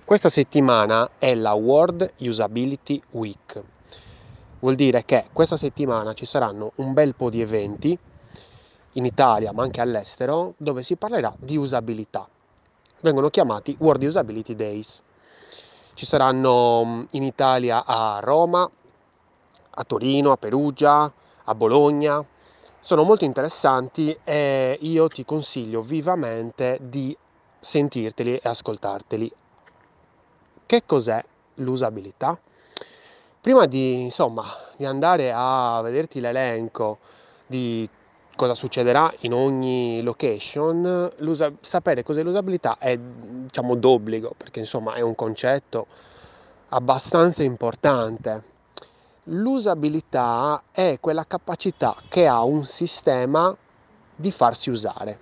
Questa settimana è la World Usability Week. Vuol dire che questa settimana ci saranno un bel po' di eventi in Italia, ma anche all'estero, dove si parlerà di usabilità. Vengono chiamati World Usability Days. Ci saranno in Italia a Roma, a Torino, a Perugia, a Bologna. Sono molto interessanti e io ti consiglio vivamente di sentirteli e ascoltarteli. Che cos'è l'usabilità? Prima di andare a vederti l'elenco di cosa succederà in ogni location, sapere cos'è l'usabilità è, diciamo, d'obbligo, perché insomma è un concetto abbastanza importante. L'usabilità è quella capacità che ha un sistema di farsi usare.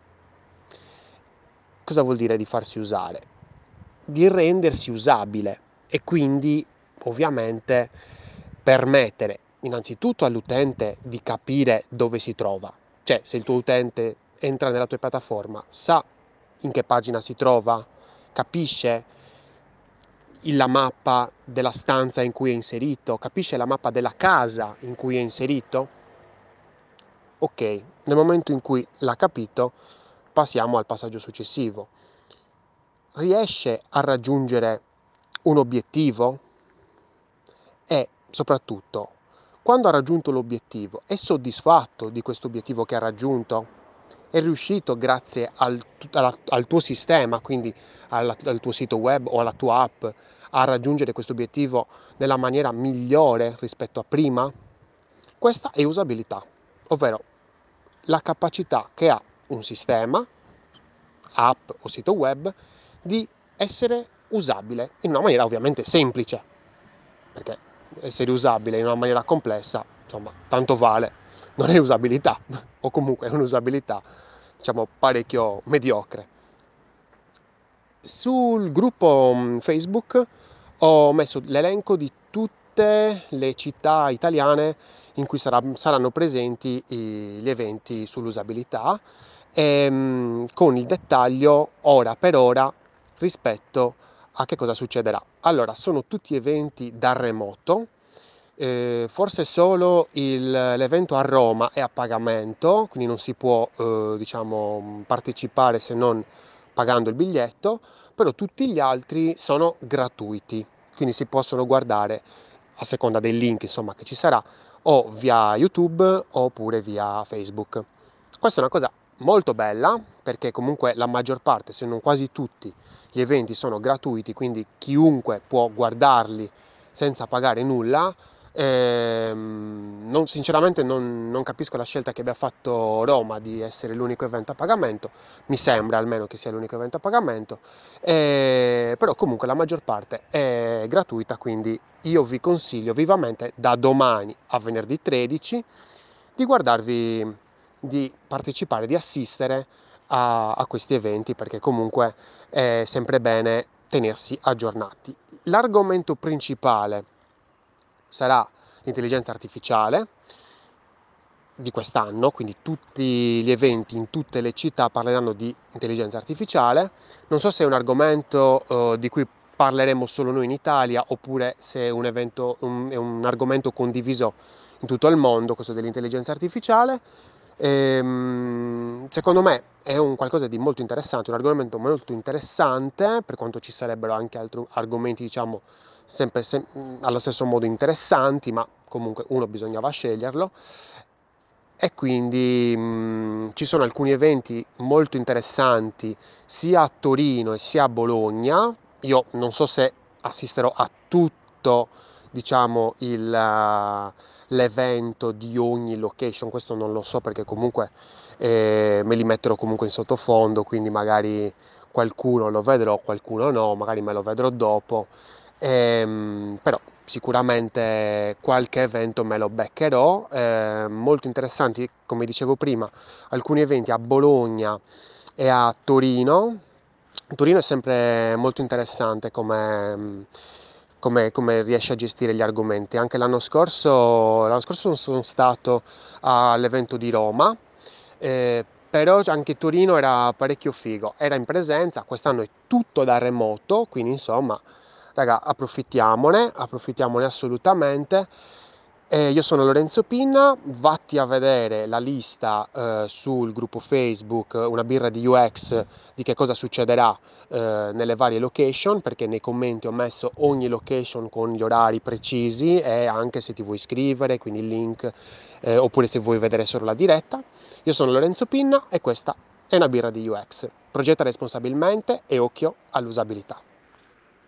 Cosa vuol dire di farsi usare? Di rendersi usabile e quindi ovviamente permettere innanzitutto all'utente di capire dove si trova. Cioè, se il tuo utente entra nella tua piattaforma, sa in che pagina si trova, capisce la mappa della stanza in cui è inserito, capisce la mappa della casa in cui è inserito. Ok, nel momento in cui l'ha capito, passiamo al passaggio successivo. Riesce a raggiungere un obiettivo? E soprattutto, quando ha raggiunto l'obiettivo, è soddisfatto di questo obiettivo che ha raggiunto? È riuscito grazie al tuo sistema, quindi al tuo sito web o alla tua app, a raggiungere questo obiettivo nella maniera migliore rispetto a prima? Questa è usabilità, ovvero la capacità che ha un sistema, app o sito web, di essere usabile in una maniera ovviamente semplice, perché essere usabile in una maniera complessa, insomma, tanto vale, non è usabilità, o comunque è un'usabilità, diciamo, parecchio mediocre. Sul gruppo Facebook ho messo l'elenco di tutte le città italiane in cui saranno presenti gli eventi sull'usabilità, con il dettaglio ora per ora rispetto a che cosa succederà. Allora, sono tutti eventi da remoto, forse solo l'evento a Roma è a pagamento, quindi non si può diciamo, partecipare se non pagando il biglietto, però tutti gli altri sono gratuiti, quindi si possono guardare a seconda del link insomma, che ci sarà o via YouTube oppure via Facebook. Questa è una cosa molto bella perché comunque la maggior parte, se non quasi tutti, gli eventi sono gratuiti, quindi chiunque può guardarli senza pagare nulla. Sinceramente non capisco la scelta che abbia fatto Roma di essere l'unico evento a pagamento, mi sembra almeno che sia l'unico evento a pagamento, però comunque la maggior parte è gratuita, quindi io vi consiglio vivamente da domani a venerdì 13 di guardarvi, di partecipare, di assistere a questi eventi perché comunque è sempre bene tenersi aggiornati. L'argomento principale sarà l'intelligenza artificiale di quest'anno, quindi tutti gli eventi in tutte le città parleranno di intelligenza artificiale. Non so se è un argomento di cui parleremo solo noi in Italia oppure se è è un argomento condiviso in tutto il mondo, questo dell'intelligenza artificiale. Secondo me è un qualcosa di molto interessante, un argomento molto interessante, per quanto ci sarebbero anche altri argomenti, diciamo, allo stesso modo interessanti, ma comunque uno bisognava sceglierlo. E quindi ci sono alcuni eventi molto interessanti sia a Torino e sia a Bologna. Io non so se assisterò a tutto, diciamo, l'evento di ogni location, questo non lo so perché comunque me li metterò comunque in sottofondo, quindi magari qualcuno lo vedrò, qualcuno no, magari me lo vedrò dopo. Però sicuramente qualche evento me lo beccherò, molto interessanti, come dicevo prima, alcuni eventi a Bologna e a Torino. Torino è sempre molto interessante come riesce a gestire gli argomenti. Anche l'anno scorso sono stato all'evento di Roma, però anche Torino era parecchio figo, era in presenza, quest'anno è tutto da remoto, quindi insomma, raga, approfittiamone assolutamente. Io sono Lorenzo Pinna, vatti a vedere la lista sul gruppo Facebook, una birra di UX, di che cosa succederà nelle varie location, perché nei commenti ho messo ogni location con gli orari precisi e anche se ti vuoi iscrivere, quindi il link, oppure se vuoi vedere solo la diretta. Io sono Lorenzo Pinna e questa è una birra di UX. Progetta responsabilmente e occhio all'usabilità.